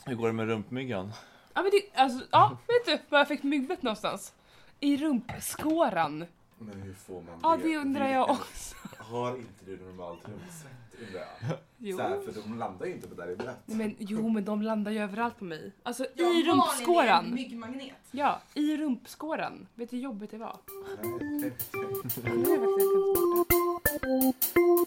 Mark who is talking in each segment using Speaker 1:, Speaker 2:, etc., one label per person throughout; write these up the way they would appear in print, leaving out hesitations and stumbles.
Speaker 1: Hur går det med rumpmyggan?
Speaker 2: Ja, men vet du var jag fick myggbett någonstans? I rumpskåran.
Speaker 3: Men hur får man
Speaker 2: Ja, det undrar jag också.
Speaker 3: Har inte du normalt rumsvett, undrar jag?
Speaker 2: Jo.
Speaker 3: Så här, för de landar ju inte på där i blött.
Speaker 2: Men de landar ju överallt på mig. Alltså i
Speaker 4: Malin är en
Speaker 2: rumpskåran.
Speaker 4: myggmagnet.
Speaker 2: Ja, i rumpskåran. Vet du hur jobbigt det var?
Speaker 3: Nej.
Speaker 2: Ja, nu är jag faktiskt borta.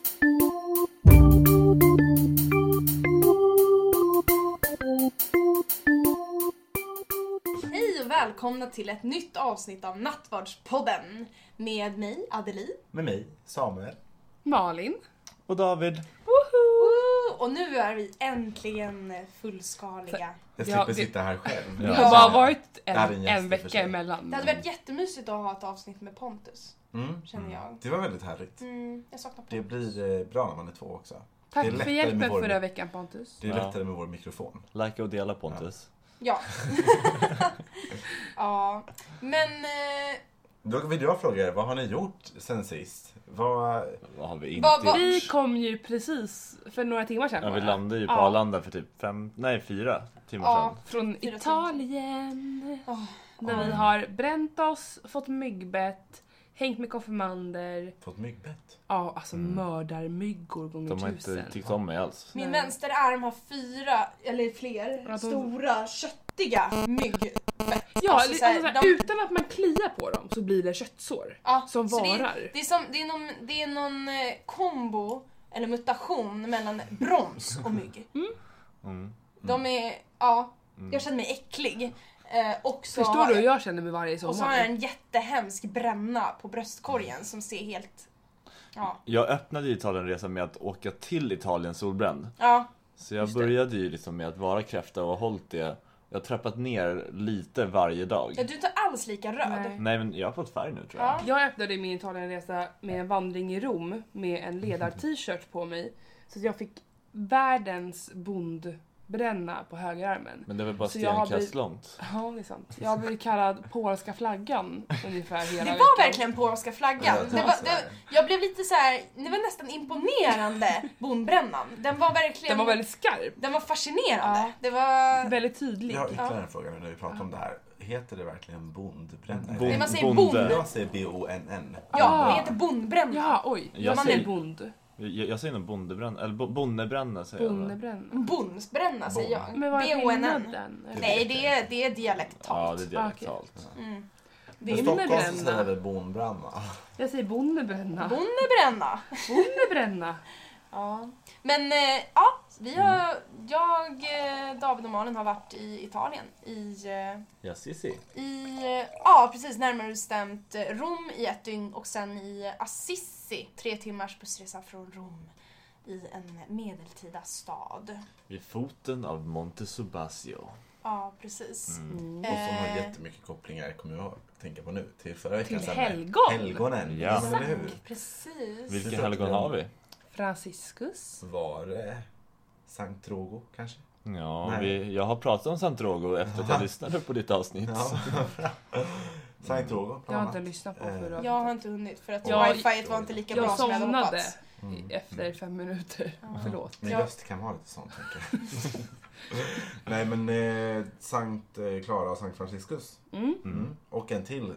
Speaker 4: Hej och välkomna till ett nytt avsnitt av Nattvardspodden. Med mig, Adelie.
Speaker 3: Med mig, Samuel.
Speaker 2: Malin.
Speaker 1: Och David.
Speaker 4: Woohoo! Och nu är vi äntligen fullskaliga.
Speaker 3: Jag
Speaker 2: Ja,
Speaker 3: slipper sitta här själv.
Speaker 2: Det
Speaker 1: Ja.
Speaker 2: har bara varit
Speaker 3: Det här är en gäst i
Speaker 2: en
Speaker 3: och för
Speaker 2: vecka
Speaker 3: sig.
Speaker 2: emellan.
Speaker 4: Det hade varit jättemysigt att ha ett avsnitt med Pontus, känner jag.
Speaker 3: Det var väldigt härligt.
Speaker 4: Jag saknar
Speaker 3: Det
Speaker 4: Pontus.
Speaker 3: blir bra när man är två också.
Speaker 2: Tack
Speaker 3: det är
Speaker 2: för
Speaker 3: lättare
Speaker 2: hjälpen
Speaker 3: med vår-
Speaker 2: förra veckan, Pontus.
Speaker 3: Det är
Speaker 1: Ja.
Speaker 3: lättare med vår mikrofon.
Speaker 1: Like och dela Pontus.
Speaker 4: Ja. Ja. Men...
Speaker 3: Då vill jag fråga er, vad har ni gjort sen sist? Vad
Speaker 1: Vad har vi inte
Speaker 4: Vad-
Speaker 1: gjort?
Speaker 2: Vi kom ju precis för några timmar sedan.
Speaker 1: Ja, vi
Speaker 2: bara.
Speaker 1: landade ju på
Speaker 2: Ja.
Speaker 1: Arlanda för typ 4 timmar
Speaker 4: Ja.
Speaker 1: sedan.
Speaker 2: Från
Speaker 4: 4
Speaker 2: Italien.
Speaker 4: Åh,
Speaker 2: Där vi har bränt oss, fått myggbett, hängt med konfirmander.
Speaker 3: fått myggbett?
Speaker 2: Ja, alltså mördarmyggor gånger
Speaker 1: De har
Speaker 2: 1000.
Speaker 1: inte tyckt om mig alls.
Speaker 4: Min
Speaker 2: Nej.
Speaker 4: vänster arm har 4, eller fler,
Speaker 2: Ja, de-
Speaker 4: stora, köttiga myggbett.
Speaker 2: Ja,
Speaker 4: Alltså, så här, de-
Speaker 2: utan att man kliar på dem så blir det köttsår.
Speaker 4: Ja,
Speaker 2: som
Speaker 4: så
Speaker 2: varar.
Speaker 4: Det är någon kombo, eller mutation mellan broms och mygg.
Speaker 1: Mm.
Speaker 4: De är, jag känner mig äcklig. Och så
Speaker 2: Förstår du hur jag känner mig varje
Speaker 4: Och så har jag
Speaker 2: sommar?
Speaker 4: en jättehemsk bränna på bröstkorgen som ser helt... Ja.
Speaker 1: Jag öppnade ju Italienresan med att åka till Italien solbränd.
Speaker 4: Ja.
Speaker 1: Så jag
Speaker 2: Just det.
Speaker 1: började ju liksom med att vara kräfta och har hållit det. Jag har trappat ner lite varje dag.
Speaker 4: Ja, du är inte alls lika röd.
Speaker 2: Nej.
Speaker 1: Nej, men jag har fått färg nu tror jag.
Speaker 4: Ja.
Speaker 2: Jag öppnade min Italienresa med en vandring i Rom med en ledar-t-shirt på mig. Så att jag fick världens bondbränna på högerarmen.
Speaker 1: Men det var bara
Speaker 2: Så jag har
Speaker 1: stenkast
Speaker 2: blivit-
Speaker 1: långt.
Speaker 2: Ja, det är sant. Jag har blivit kallad polska flaggan ungefär hela
Speaker 4: Det
Speaker 2: veckan.
Speaker 4: var verkligen polska flaggan.
Speaker 3: Ja,
Speaker 4: Jag blev lite så här. Det var nästan imponerande bondbrännan. Den var verkligen...
Speaker 2: Den var väldigt skarp.
Speaker 4: Den var fascinerande.
Speaker 2: Ja.
Speaker 4: Det var...
Speaker 2: Väldigt tydlig.
Speaker 3: Jag har ytterligare en fråga nu när vi pratar om det här. Heter det verkligen bondbränna?
Speaker 1: Bond-
Speaker 4: Nej, man säger
Speaker 1: bonde.
Speaker 4: bonde.
Speaker 3: Jag säger B-O-N-N.
Speaker 4: Ja,
Speaker 2: Ah.
Speaker 4: det heter bondbränna.
Speaker 2: Ja, oj.
Speaker 1: Jag
Speaker 2: man
Speaker 1: säger-
Speaker 2: är bond.
Speaker 1: Jag säger nog bondebränna, eller bondebränna säger jag.
Speaker 2: Bondebränna.
Speaker 4: Bondsbränna säger jag.
Speaker 2: Men vad är
Speaker 4: B-O-N-N.
Speaker 2: skillnaden?
Speaker 4: Nej, det är
Speaker 1: Ja,
Speaker 4: dialektalt.
Speaker 1: det är dialektalt.
Speaker 4: Mm.
Speaker 3: I
Speaker 2: Det är
Speaker 3: Stockholm så säger
Speaker 2: bondebränna.
Speaker 3: vi bonbränna.
Speaker 2: Jag säger bondebränna.
Speaker 4: Bondebränna.
Speaker 2: Bondebränna.
Speaker 4: Ja. Men vi har, David och Malin har varit i Italien.
Speaker 1: Ja, Sissi.
Speaker 4: Precis, närmare bestämt Rom i ett dygn och sen i Assisi. 3 timmars bussresa från Rom i en medeltida stad.
Speaker 1: Vid foten av Monte Subasio.
Speaker 4: Ja, precis.
Speaker 2: Mm.
Speaker 3: Och som har jättemycket kopplingar, kommer jag att tänka på nu, till förra veckan.
Speaker 2: Till helgon.
Speaker 3: Helgonen,
Speaker 1: Ja.
Speaker 3: men eller hur?
Speaker 4: Precis.
Speaker 1: Vilka
Speaker 3: Det är
Speaker 1: helgon har vi?
Speaker 2: Franciscus.
Speaker 3: Var det Sankt Drogo kanske?
Speaker 1: Ja,
Speaker 3: Nej.
Speaker 1: jag har pratat om Santrogo efter att jag lyssnade på ditt avsnitt.
Speaker 3: Ja. Sankt Drogo, bland
Speaker 2: Jag har inte
Speaker 3: annat.
Speaker 2: lyssnat på förra.
Speaker 4: Jag har inte hunnit för att
Speaker 2: Jag-
Speaker 4: wifi var inte lika bra
Speaker 2: Jag
Speaker 4: som jag hade
Speaker 2: somnade
Speaker 4: hoppats.
Speaker 2: efter 5 minuter. Förlåt.
Speaker 3: Min
Speaker 4: Ja.
Speaker 3: röst kan vara lite sånt, tänker jag. Nej, men Sankt Clara och Sankt Franciscus. Och en till.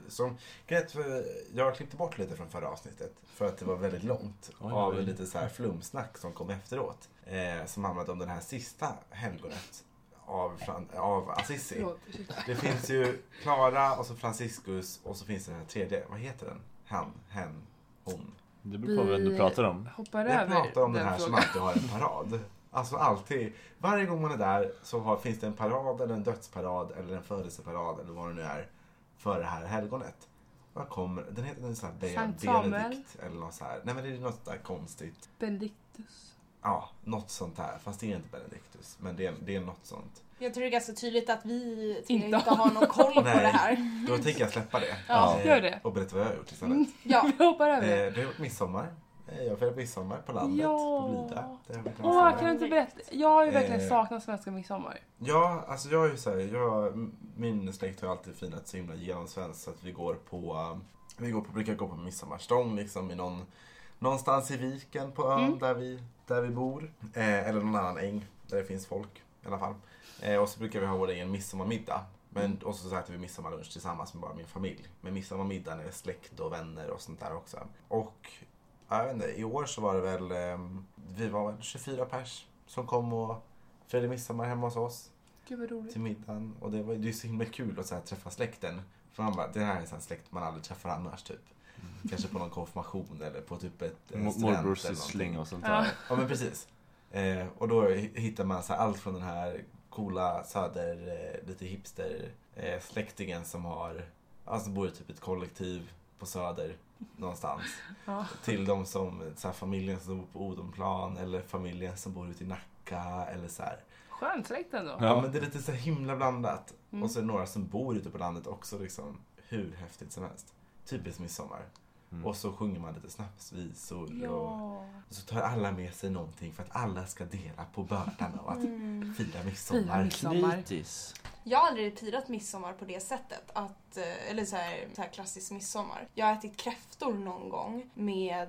Speaker 3: Jag har klippt bort lite från förra avsnittet. För att det var väldigt långt.
Speaker 1: Oj,
Speaker 3: Av
Speaker 1: oj.
Speaker 3: lite så här flumsnack som kom efteråt. Som handlade om den här sista helgonet. Av Assisi.
Speaker 2: Förlåt, ursäkta.
Speaker 3: Det finns ju Clara och så Franciscus. Och så finns det den här tredje. Vad heter den? Hen, hon.
Speaker 1: Det beror på vem du pratar om.
Speaker 2: Hoppar
Speaker 3: Jag
Speaker 2: över
Speaker 3: pratar om den här som
Speaker 2: frågan.
Speaker 3: alltid har en parad. Alltså alltid. Varje gång man är där så finns det en parad eller en dödsparad eller en födelseparad eller vad det nu är för det här helgonet. Vad kommer? Den heter en sån här
Speaker 2: Sankt Samuel.
Speaker 3: Benedikt eller något så här. Nej, men det är något där konstigt.
Speaker 2: Benedictus.
Speaker 3: Ja, något sånt där. Fast det är inte Benedictus. Men det är något sånt.
Speaker 4: Jag tror det är ganska tydligt att vi
Speaker 2: Inte
Speaker 4: inte har någon koll på
Speaker 3: Nej.
Speaker 4: det här.
Speaker 3: Då tänker jag släppa det.
Speaker 4: Ja,
Speaker 2: gör det.
Speaker 3: Och berätta vad jag har gjort istället.
Speaker 4: Ja.
Speaker 2: Vi hoppar över det.
Speaker 3: Det har varit midsommar. Jag firar midsommar på landet.
Speaker 2: Ja.
Speaker 3: På Blida. Det har vi kunnat
Speaker 2: Åh,
Speaker 3: fira.
Speaker 2: kan du inte berätta? Jag har ju verkligen
Speaker 3: Eh.
Speaker 2: saknat svenska midsommar.
Speaker 3: Ja, alltså jag är ju såhär, min släkt har alltid firat så himla genomsvenskt så att vi brukar gå på midsommarstång liksom i någonstans i viken på ön där vi bor. Eller någon annan äng där det finns folk. i alla fall. Och så brukar vi ha vår egen midsommarmiddag. Och så äter vi midsommarlunch tillsammans med bara min familj. Men midsommarmiddagen är släkt och vänner och sånt där också. Och jag vet inte, i år så var det väl, vi var väl 24 pers som kom och firade midsommar hemma hos oss.
Speaker 2: Gud vad roligt.
Speaker 3: Till middagen. Och det är så himla kul att så här, träffa släkten. För man bara, det här är en sån släkt man aldrig träffar annars typ. Kanske på någon konfirmation eller på typ ett
Speaker 1: morbrorssling och sånt där.
Speaker 3: Ja men precis. Och då hittar man så här, allt från den här coola lite hipster släktingen som har, alltså bor i typ ett kollektiv på Söder någonstans. Till de som, så här, familjen som bor på Odenplan eller familjen som bor ute i Nacka eller så här.
Speaker 2: Skönt släkt ändå.
Speaker 3: Ja, men det är lite så himla blandat. Och så är det några som bor ute på landet också liksom, hur häftigt som helst. Typiskt midsommar. Och så sjunger man lite snapsvisor och så tar alla med sig någonting för att alla ska dela på bördan av att fira midsommar.
Speaker 1: Knytis.
Speaker 4: Jag har aldrig firat midsommar på det sättet. Eller så här klassisk midsommar. Jag har ätit kräftor någon gång med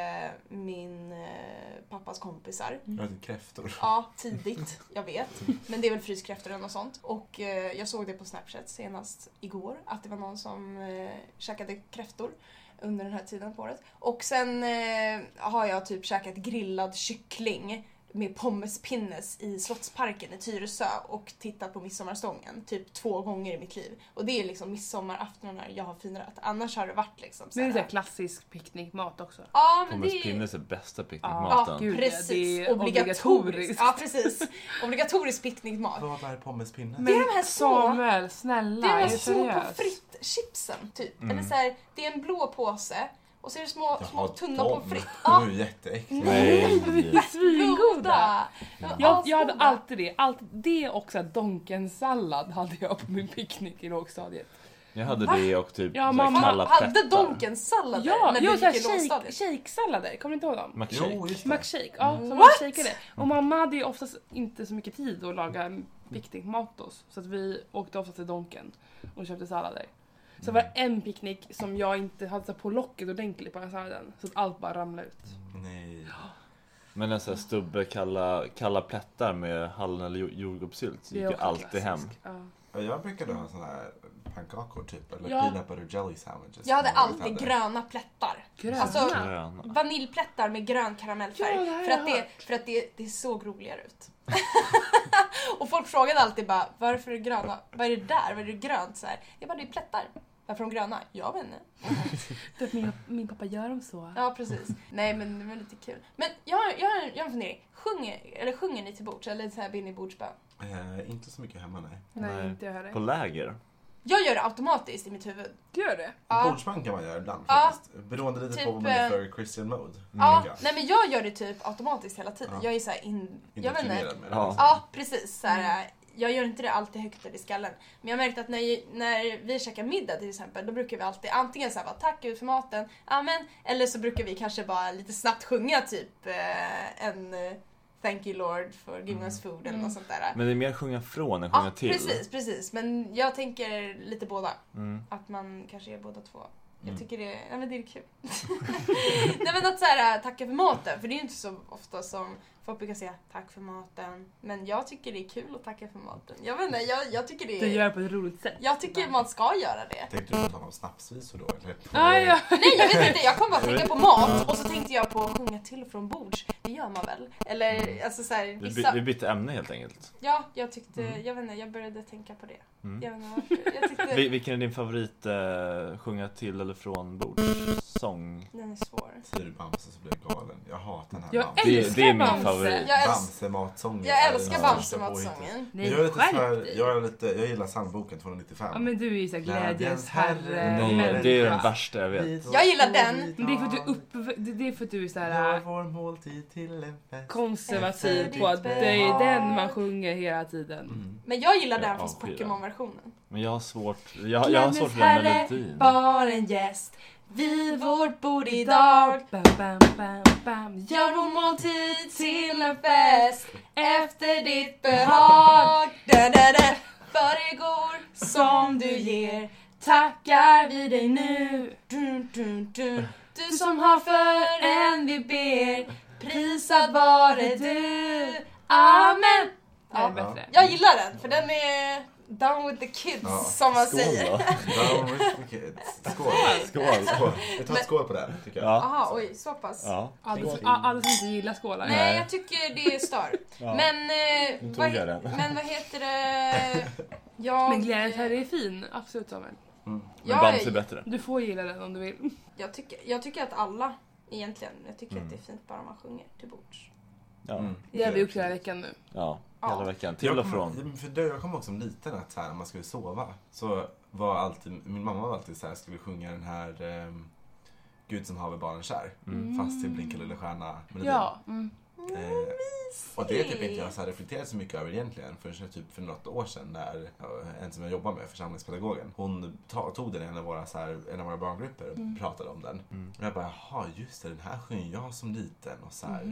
Speaker 4: min pappas kompisar.
Speaker 3: Jag har ätit kräftor.
Speaker 4: Ja, tidigt. Jag vet. Men det är väl fryskräftor eller något sånt. Och jag såg det på Snapchat senast igår. Att det var någon som käkade kräftor under den här tiden på året. Och sen har jag typ käkat grillad kyckling med pommespinnes i Slottsparken i Tyresö och tittat på midsommarstången typ 2 gånger i mitt liv. Och det är liksom midsommaraftonar jag har firat. Annars har det varit liksom så
Speaker 2: men det är klassisk picknickmat också.
Speaker 4: Ja, men
Speaker 1: pommespinnes är bästa picknickmaten.
Speaker 4: Ja, precis. Det är obligatoriskt. Ja, precis. Obligatorisk picknickmat.
Speaker 3: Vad är pommespinnes?
Speaker 2: Men
Speaker 4: det är de här
Speaker 2: Samuel, snälla.
Speaker 4: Det är de här små på fritt-chipsen typ. Eller så här, det är en blå påse. Och så är det små tunna på fritt.
Speaker 3: Ja, de är ju jätteäckliga.
Speaker 1: Nej.
Speaker 2: Svingoda. Jag hade alltid det. Det och så här Donkensallad hade jag på min picknick i lågstadiet.
Speaker 1: Jag hade det och typ
Speaker 2: mamma
Speaker 1: kalla
Speaker 4: hade
Speaker 1: plättar.
Speaker 4: Donkensallader när du gick i lågstadiet.
Speaker 2: Shake-sallader, kommer ni inte ihåg dem?
Speaker 1: McShake.
Speaker 2: Ja, som man shakeade. Och mamma hade ju oftast inte så mycket tid att laga picknickmat oss. Så att vi åkte ofta till Donken och köpte sallader. Så det var en picknick som jag inte hade på locket ordentligt på den salladen. Så att allt bara ramlade ut.
Speaker 3: Nej.
Speaker 1: Men en sån här stubbe kalla plättar med hallon eller jordgubbssylt gick ju alltid hem.
Speaker 3: Ja. Jag brukade ha såna här pannkakor typ, eller peanut butter jelly sandwiches.
Speaker 4: Jag hade alltid gröna plättar.
Speaker 2: Gröna?
Speaker 4: Alltså vaniljplättar med grön karamellfärg. För att det såg roligare ut. Och folk frågade alltid bara, varför är det gröna? Vad är det där? Vad är det grönt så här? Jag bara, det är plättar. Varför är de gröna? Jag vet inte.
Speaker 2: För att min pappa gör dem så.
Speaker 4: Ja, precis. Nej, men det var lite kul. Men jag har en fundering. Sjunger ni till bords? Eller så här blir ni bordsbön?
Speaker 3: Inte så mycket hemma, nej.
Speaker 2: Nej, inte jag heller.
Speaker 1: På läger?
Speaker 4: Jag gör det automatiskt i mitt huvud.
Speaker 2: Du gör det?
Speaker 4: Ja.
Speaker 3: Bordsband kan man göra ibland faktiskt. Beroende lite
Speaker 4: typ,
Speaker 3: på vad man är för Christian mode.
Speaker 4: Ja, nej men jag gör det typ automatiskt hela tiden.
Speaker 3: Ja.
Speaker 4: jag är så här jag vet inte.
Speaker 3: Ja,
Speaker 4: precis. Så här, jag gör inte det alltid högt i skallen. Men jag har märkt att när vi käkar middag till exempel, då brukar vi alltid antingen säga tack Gud för maten, amen. Eller så brukar vi kanske bara lite snabbt sjunga typ en thank you Lord for giving us food eller något sånt där.
Speaker 1: Men det är mer sjunga från än sjunga till.
Speaker 4: Precis. Men jag tänker lite båda. Att man kanske är båda två. Jag tycker det är kul. Nej men att så här, tacka för maten. För det är ju inte så ofta som folk brukar säga tack för maten. Men jag tycker det är kul att tacka för maten. Jag vet inte, jag tycker det är...
Speaker 2: Du gör det på ett roligt sätt.
Speaker 4: Jag tycker man ska göra det.
Speaker 3: Tänkte du på någon snapsvisor då? Eller?
Speaker 2: Ja.
Speaker 4: Nej, jag vet inte. Jag kom bara tänka på mat. Och så tänkte jag på att sjunga till från bords. Det gör man väl? Eller alltså så här, vissa...
Speaker 1: Vi bytte ämne helt enkelt.
Speaker 4: Ja, jag tyckte... Jag vet inte, jag började tänka på det. Jag vet inte varför. Jag tyckte...
Speaker 1: Vilken är din favorit sjunga till eller från bords sång?
Speaker 4: Den är svår.
Speaker 3: Säger du Bamse så blir jag galen. Jag hatar den här
Speaker 2: Jag
Speaker 3: Bamse.
Speaker 2: älskar
Speaker 1: Det är min
Speaker 2: Bamse.
Speaker 1: favorit.
Speaker 3: Bamse-matsången.
Speaker 4: Jag älskar Bamse-matsången.
Speaker 2: Nej,
Speaker 3: jag gillar psalmboken 295.
Speaker 2: Ja, men du är ju såhär glädjens herre.
Speaker 1: Nej, det är den värsta jag vet.
Speaker 4: Jag gillar den.
Speaker 2: Men det är för att du är såhär
Speaker 3: vår måltid till en fest.
Speaker 2: konservativ på att det är den man sjunger hela tiden.
Speaker 4: Men jag gillar den fast Pokémon-versionen.
Speaker 1: Men jag har svårt jag har svårt för den melodin.
Speaker 4: Var en gäst vid vårt bord idag.
Speaker 2: Bam, bam.
Speaker 4: Gör vår måltid till en fest efter ditt behag. För igår som du ger tackar vi dig nu. Du som har för en vi ber, prisad vare du. Amen.
Speaker 2: Det är bättre.
Speaker 4: Jag gillar den, för den är down with the kids, som man säger.
Speaker 3: Down with the kids. Skål. Vi tar ett skål på den, tycker jag.
Speaker 4: Jaha, oj, så pass.
Speaker 1: Ja.
Speaker 2: Alla som inte gillar skålar.
Speaker 4: Nej, jag tycker det stör. Men, vad heter det?
Speaker 2: Men glädjen här är fin, absolut, Samuel.
Speaker 1: Men Bams är bättre.
Speaker 2: Du får gilla den om du vill.
Speaker 4: Jag tycker att alla, egentligen, jag tycker att det är fint bara man sjunger till bords.
Speaker 1: Ja.
Speaker 2: Det har vi gjort hela veckan nu.
Speaker 1: Ja, hela veckan. Till och från.
Speaker 3: Jag kommer också som liten att så här, när man skulle sova så var alltid, min mamma var alltid så här, skulle sjunga den här Gud som haver barnen kär. Fast till Blinka lilla stjärna melodin.
Speaker 2: Ja.
Speaker 3: Och det typ inte jag så här reflekterat så mycket över egentligen förrän typ för något år sedan när en som jag jobbar med, församlingspedagogen, hon tog den i en av våra barngrupper och pratade om den. Och jag bara, jaha just det, den här sjöng jag som liten och så här.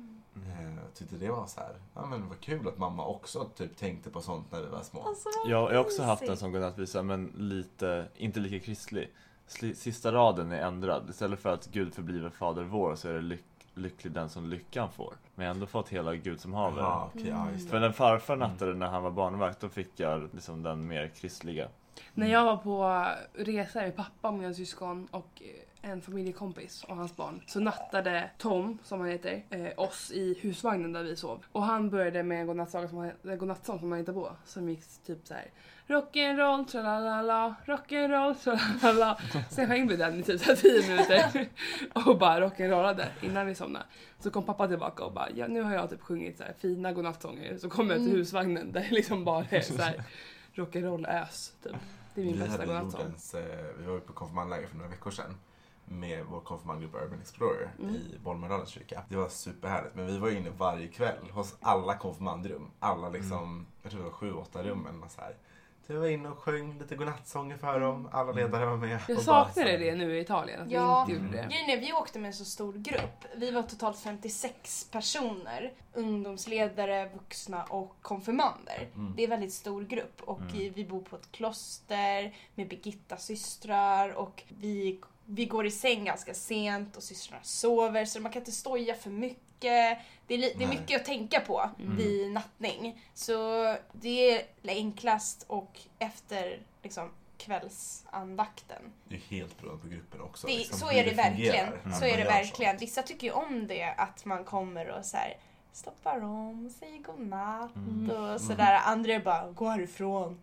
Speaker 3: Tyckte det var så här, ja men vad kul att mamma också typ tänkte på sånt när vi var små.
Speaker 4: Alltså,
Speaker 1: Jag har också haft en som godnattvisa, men inte lika kristlig. Sista raden är ändrad. Istället för att Gud förbliver fader vår så är det lycklig den som lyckan får. Men jag har ändå fått hela Gud som haver. För när farfar nattade när han var barnvakt, då fick jag liksom den mer kristliga.
Speaker 2: När jag var på resa med pappa och mina syskon och en familjekompis och hans barn, så nattade Tom, som han heter, oss i husvagnen där vi sov. Och han började med en godnattsång som han hittade på, som gick typ så här: rock'n'roll, tralalala, rock'n'roll, tralalala. Sen sjöng vi den i typ 10 minuter och bara rock'n'rollade innan vi somnade. Så kom pappa tillbaka och bara, ja, nu har jag typ sjungit så här fina godnattsånger. Så kom jag till husvagnen där det liksom bara är så här rock'n'roll-ös typ. Det är min bästa godnattsång.
Speaker 3: Vi var på konfirmandläger för några veckor sedan med vår konfirmandgrupp Urban Explorer i Bollmedalens kyrka. Det var superhärligt, men vi var inne varje kväll hos alla konfirmandrum. Alla liksom, jag tror det var 7-8 rum eller så här. Så vi var inne och sjöng lite godnattsånger för dem. Alla ledare var med.
Speaker 2: Jag saknade det nu i Italien, att vi inte gjorde det.
Speaker 4: Grejen är, vi åkte med en så stor grupp. Vi var totalt 56 personer. Ungdomsledare, vuxna och konfirmander. Det är en väldigt stor grupp. Och vi bor på ett kloster med Birgitta systrar. Och vi går i säng ganska sent och systrarna sover. Så man kan inte stoja för mycket. Det är mycket att tänka på vid nattning. Så det är enklast och efter liksom kvällsandakten.
Speaker 3: Det är helt beroende på gruppen också.
Speaker 4: Så är det verkligen. Så är det verkligen. Vissa tycker ju om det, att man kommer och så här stoppar om, säger godnatt och sådär. Andra är bara, gå härifrån.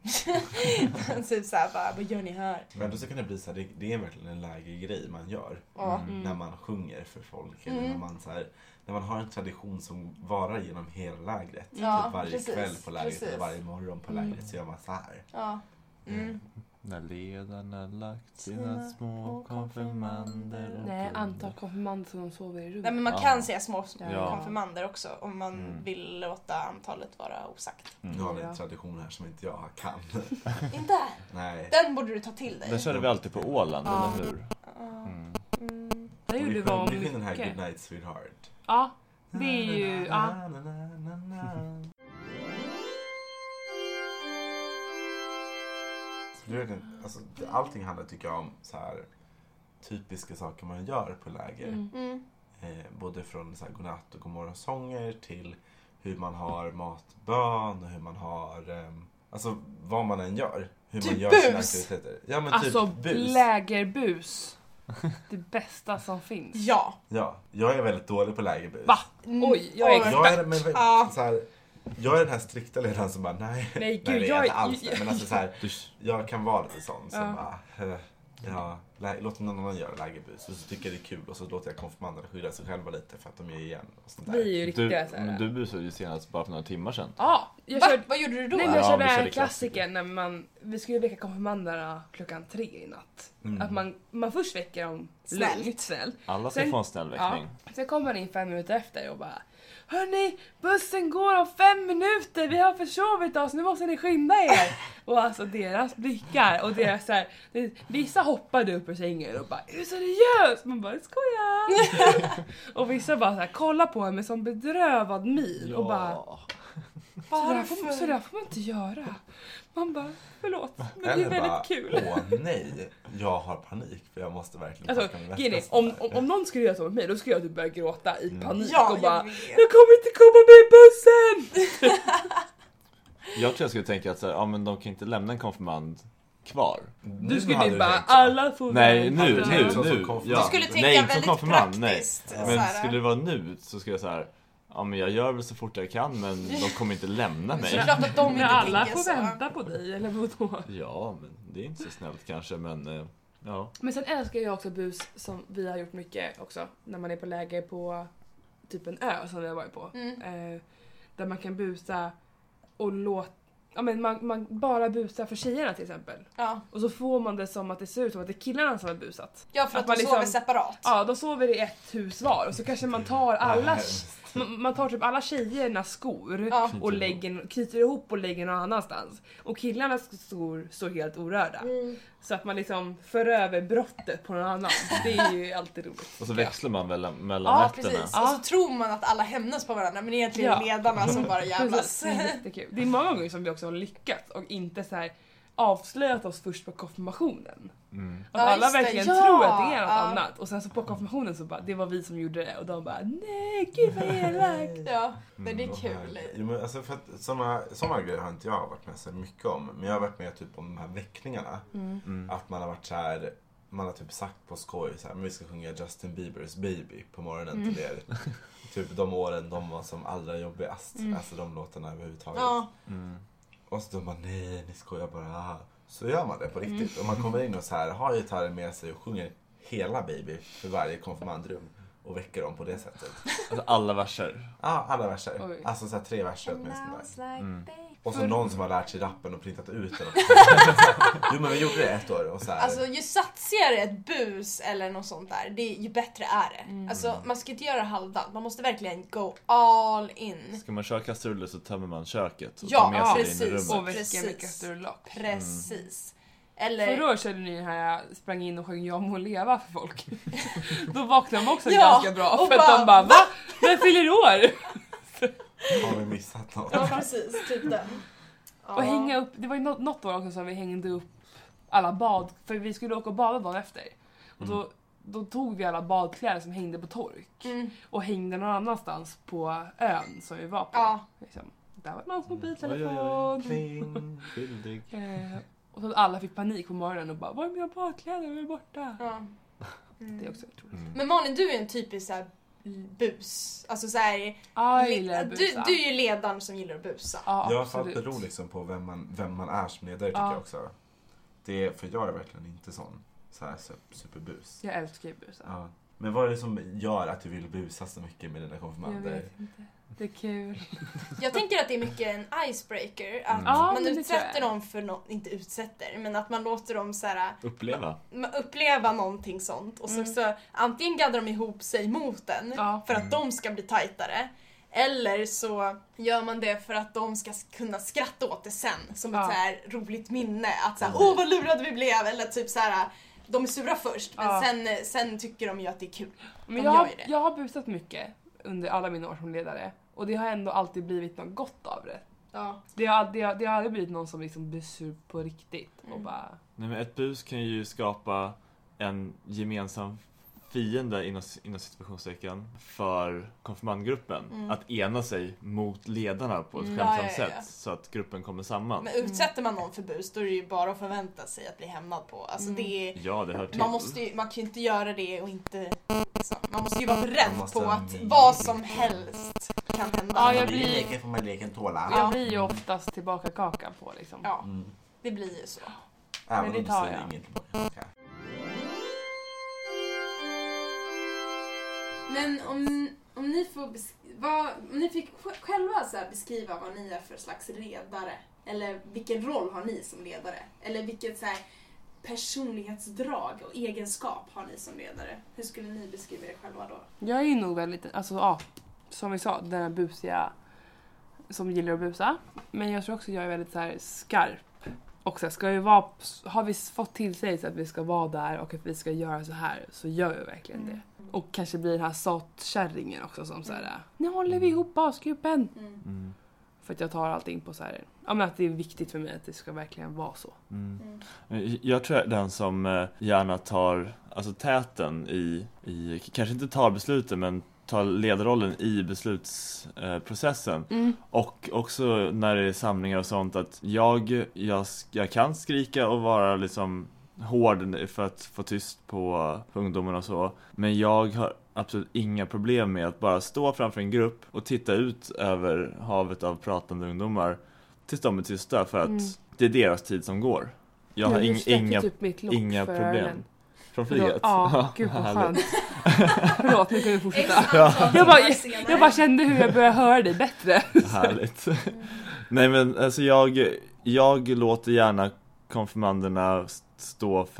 Speaker 4: Typ såhär, bara, vad gör ni här?
Speaker 3: Men då så kan det bli så här, det är verkligen en lägergrej man gör. När man sjunger för folk. Eller när man har en tradition som varar genom hela lägret. Typ varje kväll på lägret eller varje morgon på lägret så gör man så här.
Speaker 4: Ja.
Speaker 1: När ledarna lagt sina små konfirmander.
Speaker 2: Nej, antal konfirmander som de sover i rummet.
Speaker 4: Nej, men man kan säga små konfirmander också om man vill låta antalet vara osagt.
Speaker 3: Nu har vi en tradition här som inte jag kan.
Speaker 4: Inte?
Speaker 3: Nej.
Speaker 4: Den borde du ta till dig.
Speaker 1: Den körde vi alltid på Åland, eller hur?
Speaker 2: Det gjorde vi
Speaker 3: mycket. Den här Good Night Sweetheart.
Speaker 2: Ja, det är ju...
Speaker 3: Alltså, allting handlar tycker jag om så här typiska saker man gör på läger. Både från så här godnatt och godmorgonsånger till hur man har matbön och hur man har alltså vad man än gör, hur
Speaker 4: typ
Speaker 3: man gör sina aktiviteter. Ja, men
Speaker 2: alltså
Speaker 3: typ bus.
Speaker 2: Lägerbus. Det bästa som finns.
Speaker 4: Ja,
Speaker 3: jag är väldigt dålig på lägerbus.
Speaker 2: Va? Oj, jag är expert.
Speaker 3: Jag är den här strikta ledaren som bara nej gud, nej, jag är inte alls det. Men alltså så här, jag kan vara lite sån som bara låt någon annan göra lägerbus och så tycker jag det är kul och så låter jag konfirmanderna skydda sig själva lite för att de är igen och sånt där.
Speaker 2: Vi är ju riktiga så här.
Speaker 1: Men du busade ju senast bara för några timmar sedan.
Speaker 2: Ja,
Speaker 4: vad gjorde du då?
Speaker 2: Nej, jag körde klassiken när vi skulle väcka konfirmanderna 3:00 i natt. Att man först väcker dem snällt.
Speaker 1: Alla ska få en snäll väckning.
Speaker 2: Sen kommer man in 5 minuter efter och bara: hörni, bussen går om 5 minuter, vi har försovit oss, nu måste ni skynda er. Och alltså deras blickar och deras så här, vissa hoppade upp ur sängen och bara, är du seriös? Man bara, skoja. Och vissa bara så här, kolla på henne med sån bedrövad min och bara, så där får man inte göra. Man bara, förlåt, men det är väldigt kul.
Speaker 3: Åh nej, jag har panik för jag måste verkligen
Speaker 2: alltså, om någon skulle göra så med mig, då skulle jag typ börja gråta i panik och bara, jag kommer inte komma med i bussen.
Speaker 1: Jag tror jag skulle tänka att så här, ja, men de kan inte lämna en konfirmand kvar.
Speaker 2: Du skulle ju bara, alla får
Speaker 1: Nej, nu.
Speaker 3: Du
Speaker 1: Ja.
Speaker 4: skulle tänka
Speaker 1: nej, inte som
Speaker 4: väldigt
Speaker 1: konfirmand,
Speaker 4: praktiskt,
Speaker 1: nej.
Speaker 4: så
Speaker 1: Men
Speaker 4: här.
Speaker 1: skulle det vara nu så skulle jag så här, ja men jag gör väl så fort jag kan, men de kommer inte lämna
Speaker 4: Så det är
Speaker 1: mig.
Speaker 4: klart att de
Speaker 2: Men
Speaker 4: inte
Speaker 2: alla
Speaker 4: tänker
Speaker 2: får
Speaker 4: så.
Speaker 2: vänta på dig, eller vadå?
Speaker 1: Ja, men det är inte så snällt kanske, men ja.
Speaker 2: Men sen älskar jag också bus som vi har gjort mycket också. När man är på läger på typ en ö som vi har varit på. Där man kan busa och låta... Ja, men man bara busar för tjejerna till exempel.
Speaker 4: Ja.
Speaker 2: Och så får man det som att det ser ut som att det är killarna som har busat.
Speaker 4: Ja, för att
Speaker 2: man
Speaker 4: de sover separat.
Speaker 2: Ja, de sover i ett hus var. Och så kanske man tar alla... Man tar typ alla tjejernas skor
Speaker 4: Ja.
Speaker 2: och knyter ihop och lägger någon annanstans. Och killarnas skor står helt orörda. Så att man liksom för över brottet på någon annan. Det är ju alltid roligt.
Speaker 1: Och så växlar man mellan
Speaker 4: Ja,
Speaker 1: nätterna.
Speaker 4: precis. Och så tror man att alla hämnas på varandra, men egentligen är ledarna som bara jävlas.
Speaker 2: Precis, det är jättekul. Det är många gånger som vi också har lyckats och inte så här avslöjat oss först på konfirmationen. Att
Speaker 4: Ja,
Speaker 2: alla
Speaker 4: just det.
Speaker 2: verkligen
Speaker 4: Ja.
Speaker 2: tror att det är något
Speaker 4: Ja.
Speaker 2: annat. Och sen så på konfirmationen så bara, det var vi som gjorde det. Och de bara, nej gud vad elakt.
Speaker 4: Ja, men det är kul.
Speaker 3: Jo, men alltså för att såna grejer har inte jag varit med så mycket om. Men jag har varit med typ om de här väckningarna. Att man har varit så här, man har typ sagt på skoj så här, men vi ska sjunga Justin Biebers Baby på morgonen till er. Typ de åren de var som allra jobbigast. Alltså de låtarna överhuvudtaget.
Speaker 4: Ja.
Speaker 3: Och så de bara, nej ni skojar bara. Så gör man det på riktigt. Och man kommer in och så här, har gitarren med sig och sjunger hela Baby för varje konfirmandrum. Och väcker dem på det sättet.
Speaker 1: Alltså alla verser.
Speaker 3: Ja, alla verser.
Speaker 2: Oj.
Speaker 3: Alltså så här 3 verser åtminstone.
Speaker 4: Like
Speaker 3: Och så någon som har lärt sig rappen och printat ut den. Jo men vi gjorde det ett år och så här.
Speaker 4: Alltså ju satsigare ett bus eller något sånt där, ju bättre är det. Alltså man ska inte göra halvdant, man måste verkligen go all in.
Speaker 1: Ska man köra kastruller så tömmer man köket och
Speaker 4: Ja,
Speaker 1: tar med sig det in i
Speaker 4: precis.
Speaker 1: rummet.
Speaker 2: Och väcker
Speaker 4: Precis.
Speaker 2: mycket större lock.
Speaker 4: Precis. Eller...
Speaker 2: Förra året körde ni den här, jag sprang in och sjöng Jag må leva för folk. Då vaknade de också
Speaker 4: Ja,
Speaker 2: ganska bra.
Speaker 4: och
Speaker 2: För att de bara, va? Vem fyller år?
Speaker 3: Har vi missat något?
Speaker 4: Ja precis, typ den.
Speaker 2: Och hänga upp, det var ju något år också som vi hängde upp alla bad, för vi skulle åka och bada dagen efter. Och då tog vi alla badkläder som hängde på tork och hängde någon annanstans på ön som vi var på.
Speaker 4: Ja.
Speaker 2: Liksom. Där var någon som
Speaker 1: Oj, oj,
Speaker 2: mobiltelefon.
Speaker 1: oj. Kling, skyldig.
Speaker 2: Och så alla fick panik på morgonen och bara, var är mina badkläder? De är borta.
Speaker 4: Ja.
Speaker 2: Det är också otroligt.
Speaker 4: Men Malin, du är en typisk så här bus. Alltså så här,
Speaker 2: Ja, jag gillar att
Speaker 4: du
Speaker 2: busa.
Speaker 4: är ju ledaren som gillar att busa.
Speaker 2: Ja,
Speaker 3: Jag för att
Speaker 2: absolut.
Speaker 3: bero liksom på vem man är som ledare tycker
Speaker 2: Ja.
Speaker 3: jag också. Det, för jag är verkligen inte sån så här superbus.
Speaker 2: Jag älskar ju busa.
Speaker 3: Ja. Men vad är det som gör att du vill busa så mycket med dina
Speaker 2: Jag
Speaker 3: konfirmander?
Speaker 2: vet inte. Det är kul.
Speaker 4: Jag tänker att det är mycket en icebreaker. Att
Speaker 2: Ja,
Speaker 4: man
Speaker 2: men det
Speaker 4: utsätter
Speaker 2: tror jag.
Speaker 4: dem för något, inte utsätter, men att man låter dem så här,
Speaker 1: Uppleva.
Speaker 4: uppleva någonting sånt. Och så antingen gaddar de ihop sig mot den
Speaker 2: Ja.
Speaker 4: för att de ska bli tajtare. Eller så gör man det för att de ska kunna skratta åt det sen. Som ett
Speaker 2: Ja.
Speaker 4: så här roligt minne. Att så här, åh vad lurade vi blev. Eller typ så här, de är sura först. Men
Speaker 2: Ja.
Speaker 4: sen tycker de ju att det är kul.
Speaker 2: Men
Speaker 4: De
Speaker 2: jag,
Speaker 4: gör ju det.
Speaker 2: jag har busat mycket under alla mina år som ledare. Och det har ändå alltid blivit något gott av det.
Speaker 4: Ja.
Speaker 2: Det har aldrig blivit någon som liksom blir sur på riktigt. Och bara...
Speaker 1: Nej, men ett bus kan ju skapa en gemensam fiende inom situationstecken för konfirmandgruppen. Att ena sig mot ledarna på ett skämtsamt
Speaker 4: Ja.
Speaker 1: sätt så att gruppen kommer samman.
Speaker 4: Men utsätter man någon för bus, då är det ju bara att förvänta sig att bli hämnad på. Alltså det är,
Speaker 1: Ja, det hör till.
Speaker 4: man kan ju inte göra det och inte... Liksom, man måste ju vara beredd
Speaker 3: Man måste
Speaker 4: på
Speaker 3: ha
Speaker 4: att
Speaker 3: en-
Speaker 4: vad som helst kan hända.
Speaker 2: Ja, jag
Speaker 3: Man
Speaker 2: blir-
Speaker 3: leken får man leken tåla.
Speaker 2: Jag blir ju oftast tillbaka kakan på liksom.
Speaker 4: Ja, det blir ju så.
Speaker 3: Även
Speaker 2: Men det
Speaker 3: om du
Speaker 2: tar
Speaker 3: säger
Speaker 2: jag.
Speaker 3: inget tillbaka.
Speaker 4: Men om ni får om ni fick själva så här beskriva vad ni är för slags ledare, eller vilken roll har ni som ledare, eller vilket så här personlighetsdrag och egenskap har ni som ledare, hur skulle ni beskriva er själva då?
Speaker 2: Jag är ju nog väldigt, alltså ja, som vi sa, den här busiga som gillar att busa. Men jag tror också jag är väldigt så här skarp. Och så ska vi vara, har vi fått till sig så att vi ska vara där och att vi ska göra så här, så gör vi verkligen det. Och kanske blir den här satkärringen också som så här, nu håller vi ihop basgruppen. För att jag tar allting på så här, ja men att det är viktigt för mig att det ska verkligen vara så.
Speaker 1: Jag tror jag är den som gärna tar alltså täten i kanske inte tar besluten men ta ledarrollen i beslutsprocessen. Och också när det är samlingar och sånt, att jag kan skrika och vara liksom hård för att få tyst på ungdomarna och så. Men jag har absolut inga problem med att bara stå framför en grupp och titta ut över havet av pratande ungdomar tills de är tysta, för att det är deras tid som går. Jag har inga problem. Från flyget?
Speaker 2: Ja, gud vad skönt. Förlåt, nu kan vi fortsätta. Jag bara kände hur jag började höra dig bättre.
Speaker 1: Härligt. Nej, men alltså jag låter gärna konfirmanderna stå för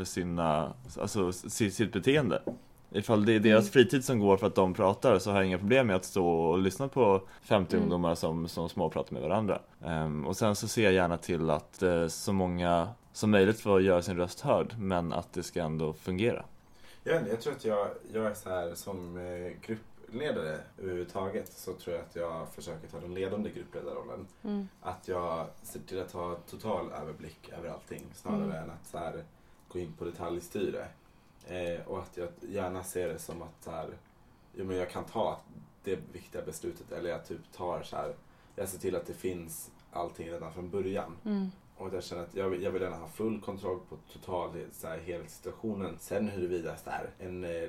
Speaker 1: sitt beteende. Ifall det är deras fritid som går för att de pratar, så har jag inga problem med att stå och lyssna på 50 ungdomar som småpratar med varandra. Och sen så ser jag gärna till att så många som möjligt får göra sin röst hörd, men att det ska ändå fungera.
Speaker 3: Jag tror att jag är så här som gruppledare överhuvudtaget, så tror jag att jag försöker ta den ledande gruppledarrollen. Att jag ser till att ha total överblick över allting snarare än att så här, gå in på detaljstyre. Och att jag gärna ser det som att så här, men jag kan ta det viktiga beslutet, eller jag typ tar så här, jag ser till att det finns allting redan från början. Och jag känner att jag vill gärna ha full kontroll på hela situationen. Sen huruvida så här,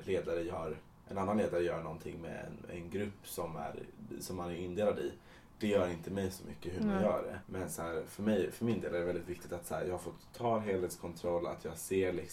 Speaker 3: en annan ledare gör någonting med en grupp som man är indelad i, det gör inte mig så mycket hur man gör det. Men så här, för min del är det väldigt viktigt att så här, jag får total helhetskontroll, att jag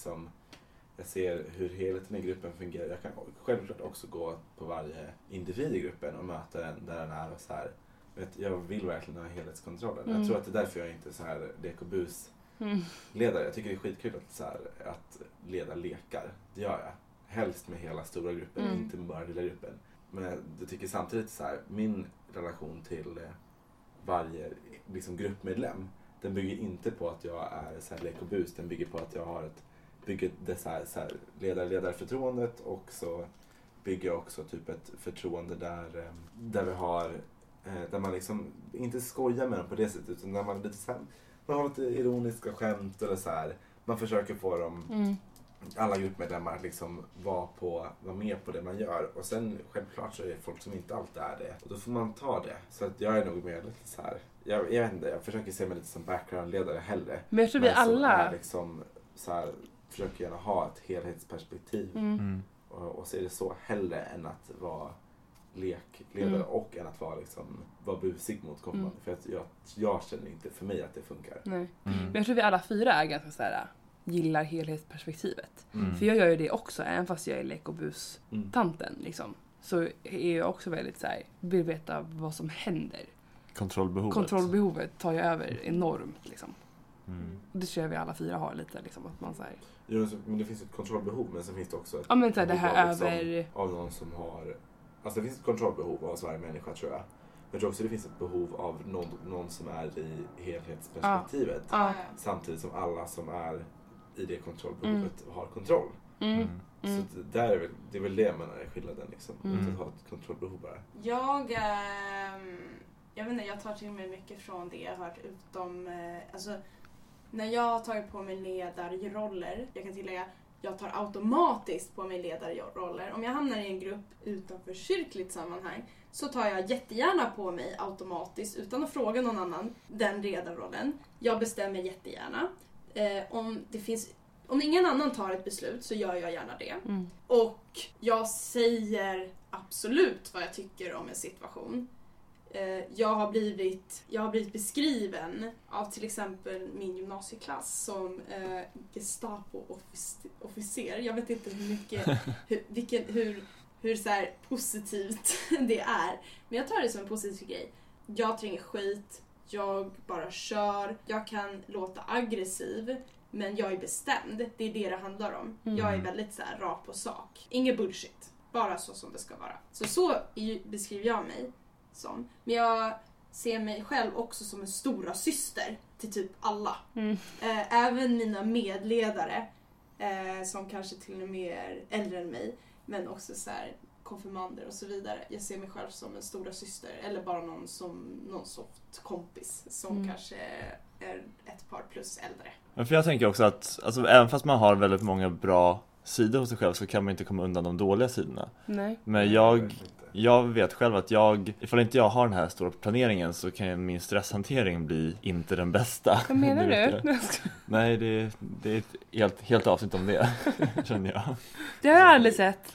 Speaker 3: ser hur helheten i gruppen fungerar. Jag kan självklart också gå på varje individ i gruppen och möta den där den är och så här. Jag vill verkligen ha helhetskontrollen. Jag tror att det är därför jag inte är så här lekobus-ledare. Jag tycker det är skitkul att leda lekar. Det gör jag. Helst med hela stora gruppen, inte med bara lilla gruppen. Men jag tycker samtidigt så här, min relation till varje liksom, gruppmedlem, den bygger inte på att jag är så här lekobus. Den bygger på att jag har bygger det så här ledarförtroendet, och så bygger jag också typ ett förtroende där vi har där man liksom inte skojar med dem på det sättet, utan där man lite så här, man har lite ironiska skämt eller så här. Man försöker få dem alla gruppmedlemmar liksom vara med på det man gör, och sen självklart så är det folk som inte alltid är det, och då får man ta det. Så att jag är nog mer lite så här, jag vet inte, jag försöker se mig lite som background-ledare hellre.
Speaker 2: Men jag tror vi alla
Speaker 3: liksom så här, försöker gärna ha ett helhetsperspektiv och se det så hellre än att vara lekledare och än att vara busig mot konfirmander. För att jag känner inte för mig att det funkar. Nej.
Speaker 2: Men jag tror vi alla fyra är ganska så här, gillar helhetsperspektivet. För jag gör ju det också, även fast jag är lek- och bus-tanten liksom. Så är jag också väldigt så här, vill veta vad som händer. Kontrollbehovet tar ju över enormt liksom. Det tror jag vi alla fyra har lite liksom, att man så här.
Speaker 3: Jo, men det finns ett kontrollbehov, men sen finns det också ett
Speaker 2: men så här, det här
Speaker 3: liksom,
Speaker 2: över
Speaker 3: av någon som har, alltså det finns ett kontrollbehov av varje människa, tror jag. Jag tror också det finns ett behov av någon som är i helhetsperspektivet, samtidigt som alla som är i det kontrollbehovet har kontroll. Så det är väl det man är skillnaden liksom, att ha ett kontrollbehov bara.
Speaker 4: Jag vet inte, jag tar till mig mycket från det jag har hört, utom alltså, när jag har tagit på mig ledarroller, jag kan tillägga, jag tar automatiskt på mig ledarroller. Om jag hamnar i en grupp utanför kyrkligt sammanhang, så tar jag jättegärna på mig automatiskt, utan att fråga någon annan, den ledarrollen. Jag bestämmer jättegärna. Om ingen annan tar ett beslut, så gör jag gärna det. Och jag säger absolut vad jag tycker om en situation. Jag har blivit beskriven av till exempel min gymnasieklass som Gestapo-officer. Jag vet inte hur så här positivt det är. Men jag tar det som en positiv grej. Jag tränger skit, jag bara kör. Jag kan låta aggressiv, men jag är bestämd. Det är det handlar om. Jag är väldigt så här rak på sak. Ingen bullshit. Bara så som det ska vara. Så beskriver jag mig som. Men jag ser mig själv också som en stora syster till typ alla. Även mina medledare, som kanske till och med är äldre än mig, men också så här konfirmander och så vidare. Jag ser mig själv som en stora syster, eller bara någon soft kompis som kanske är ett par plus äldre.
Speaker 1: Men för jag tänker också att alltså, även fast man har väldigt många bra sidor hos sig själv, så kan man inte komma undan de dåliga sidorna.
Speaker 2: Nej.
Speaker 1: Men Jag vet själv att ifall inte jag har den här stora planeringen så kan min stresshantering bli inte den bästa.
Speaker 2: Vad menar du?
Speaker 1: Nej, det är ett helt avsnitt om det, känner jag.
Speaker 2: Det har jag aldrig sett.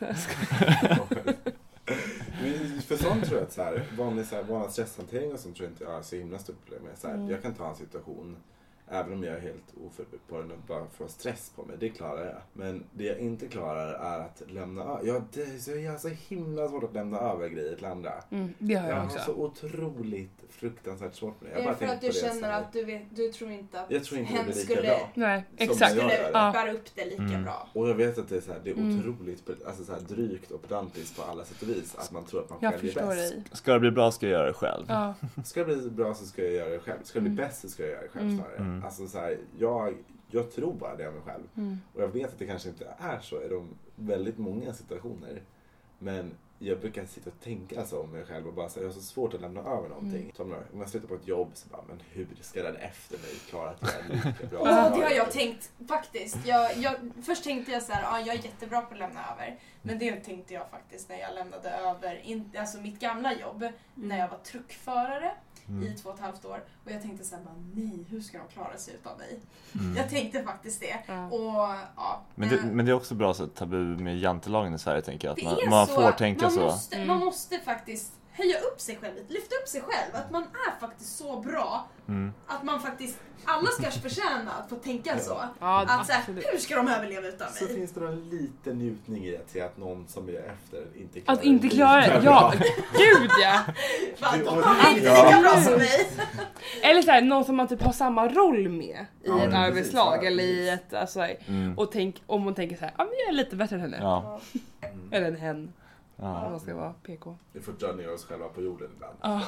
Speaker 3: För sånt tror jag att så här, vanlig stresshantering och sånt tror jag inte jag har så himla stort problem med. Så här, jag kan ta en situation, även om jag är helt oförberedd på den och bara får stress på mig, det klarar jag. Men det jag inte klarar är att lämna över. Jag har så himla svårt att lämna över grejer till andra.
Speaker 2: Det har jag
Speaker 3: har
Speaker 2: också.
Speaker 3: så otroligt fruktansvärt svårt med det.
Speaker 4: Är det för att du känner att du tror inte att
Speaker 3: hen skulle
Speaker 2: Nej, exakt.
Speaker 4: bära upp det lika bra.
Speaker 3: Och jag vet att det är, så här, det är otroligt alltså, så här, drygt och pedantiskt på alla sätt och vis. Att man tror att man själv är bäst.
Speaker 2: Dig.
Speaker 1: Ska det bli bra ska jag göra det själv.
Speaker 2: Ja.
Speaker 3: Ska det bli bra så ska jag göra det själv. Ska det bli bäst så ska jag göra det själv snarare. Alltså så här, jag tror bara det av mig själv. Och jag vet att det kanske inte är så i de väldigt många situationer. Men jag brukar sitta och tänka så om mig själv och bara säga jag har så svårt att lämna över någonting. Om jag slutar på ett jobb så bara, men hur ska den efter mig klara att göra lika bra?
Speaker 4: Det har jag tänkt faktiskt. Först tänkte jag så här, jag är jättebra på att lämna över. Men det tänkte jag faktiskt när jag lämnade över alltså mitt gamla jobb. När jag var truckförare i 2,5 år. Och jag tänkte så här, nej, hur ska de klara sig utan mig? Jag tänkte faktiskt det. Och,
Speaker 1: men det är också bra så att tabu med jantelagen i Sverige, tänker jag. Att
Speaker 4: man
Speaker 1: får tänka så.
Speaker 4: Man måste faktiskt höja upp sig själv, lyfta upp sig själv. Att man är faktiskt så bra. Att man faktiskt, alla ska förtjäna att få tänka så. Att så här, hur ska de överleva utan mig?
Speaker 3: Så finns det en liten njutning i att se att någon som är efter inte klarar
Speaker 2: att inte klara det. Ja, gud ja.
Speaker 4: De är inte lika bra som mig.
Speaker 2: Eller så här, någon som man typ har samma roll med i ett arbetslag eller i ett och om man tänker så här, men jag är lite bättre än henne.
Speaker 1: Ja.
Speaker 2: Eller än hen.
Speaker 1: Ja.
Speaker 2: Om man ska vara PK.
Speaker 3: Vi får dra ner oss själva på jorden ibland.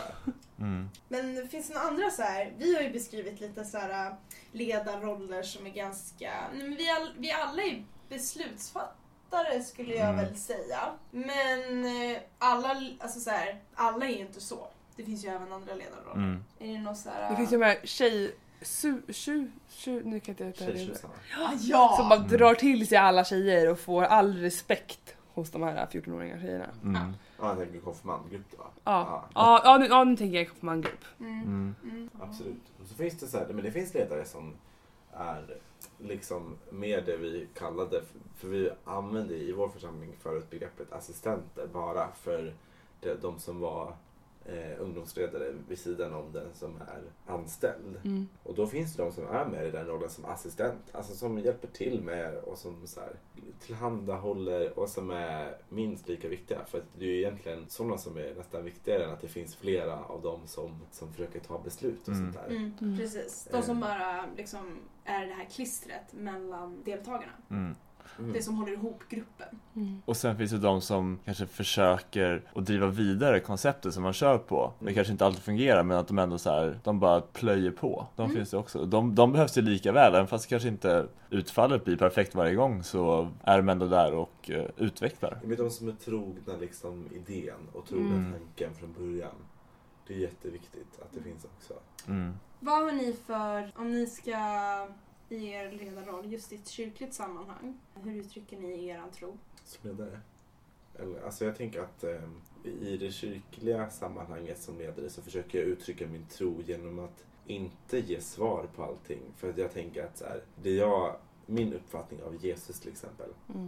Speaker 4: Men finns det några andra så här? Vi har ju beskrivit lite så här ledarroller som är ganska, vi alla är beslutsfattare skulle jag väl säga. Men alla, alltså så här, alla är ju inte så. Det finns ju även andra ledarroller. Är det något så här?
Speaker 2: Det finns ju de här nu kan jag inte uttala det.
Speaker 4: Ja.
Speaker 2: Som bara drar till sig alla tjejer och får all respekt hos de här 14-åriga tjejerna.
Speaker 3: Ja, jag tänker konfirmandgrupp då.
Speaker 2: Ja, nu tänker jag konfirmandgrupp.
Speaker 3: Absolut. Och så finns det så här, men det finns ledare som är liksom med det vi kallade, för vi använde i vår församling förut begreppet assistenter bara för de som var ungdomsledare vid sidan om den som är anställd. Och då finns det de som är med i den rollen som assistent, alltså som hjälper till med och som så här, tillhandahåller och som är minst lika viktiga, för att det är ju egentligen sådana som är nästan viktigare än att det finns flera av dem som försöker ta beslut och sånt där.
Speaker 4: Precis, de som bara liksom är det här klistret mellan deltagarna. Det som håller ihop gruppen.
Speaker 1: Och sen finns det de som kanske försöker att driva vidare konceptet som man kör på. Det kanske inte alltid fungerar, men att de ändå så här, de bara plöjer på. De finns det också. De behövs ju lika väl, även fast kanske inte utfallet blir perfekt varje gång, så är de ändå där och utvecklar.
Speaker 3: Men de som är trogna liksom idén och trogna tanken från början. Det är jätteviktigt att det finns också.
Speaker 4: Vad har ni för, om ni ska i er ledarroll just i ett kyrkligt sammanhang, hur uttrycker ni er tro?
Speaker 3: Som ledare? Alltså jag tänker att i det kyrkliga sammanhanget som ledare så försöker jag uttrycka min tro genom att inte ge svar på allting. För att jag tänker att så här, min uppfattning av Jesus till exempel,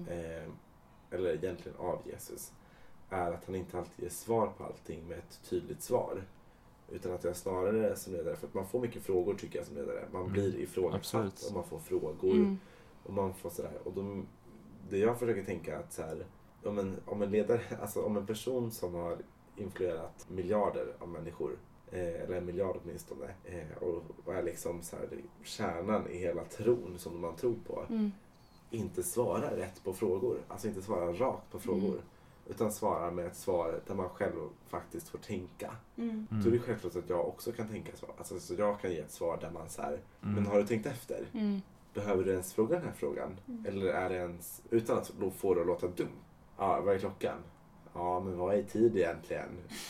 Speaker 3: eller egentligen av Jesus, är att han inte alltid ger svar på allting med ett tydligt svar. Utan att jag snarare som ledare, för att man får mycket frågor tycker jag som ledare. Man blir ifrågasatt och man får frågor. Och man får sådär. Och det jag försöker tänka att så här, om en ledare, alltså om en person som har influerat miljarder av människor, eller 1 miljard åtminstone, och är liksom så här, kärnan i hela tron som man tror på, inte svarar rätt på frågor. Alltså inte svarar rakt på frågor. Utan svarar med ett svar där man själv faktiskt får tänka. Då är det självklart att jag också kan tänka så. Alltså så jag kan ge ett svar där man så här, men har du tänkt efter? Behöver du ens fråga den här frågan? Eller är det ens, utan att få det att låta dumt? Ja, vad är klockan? ja men vad är tid egentligen?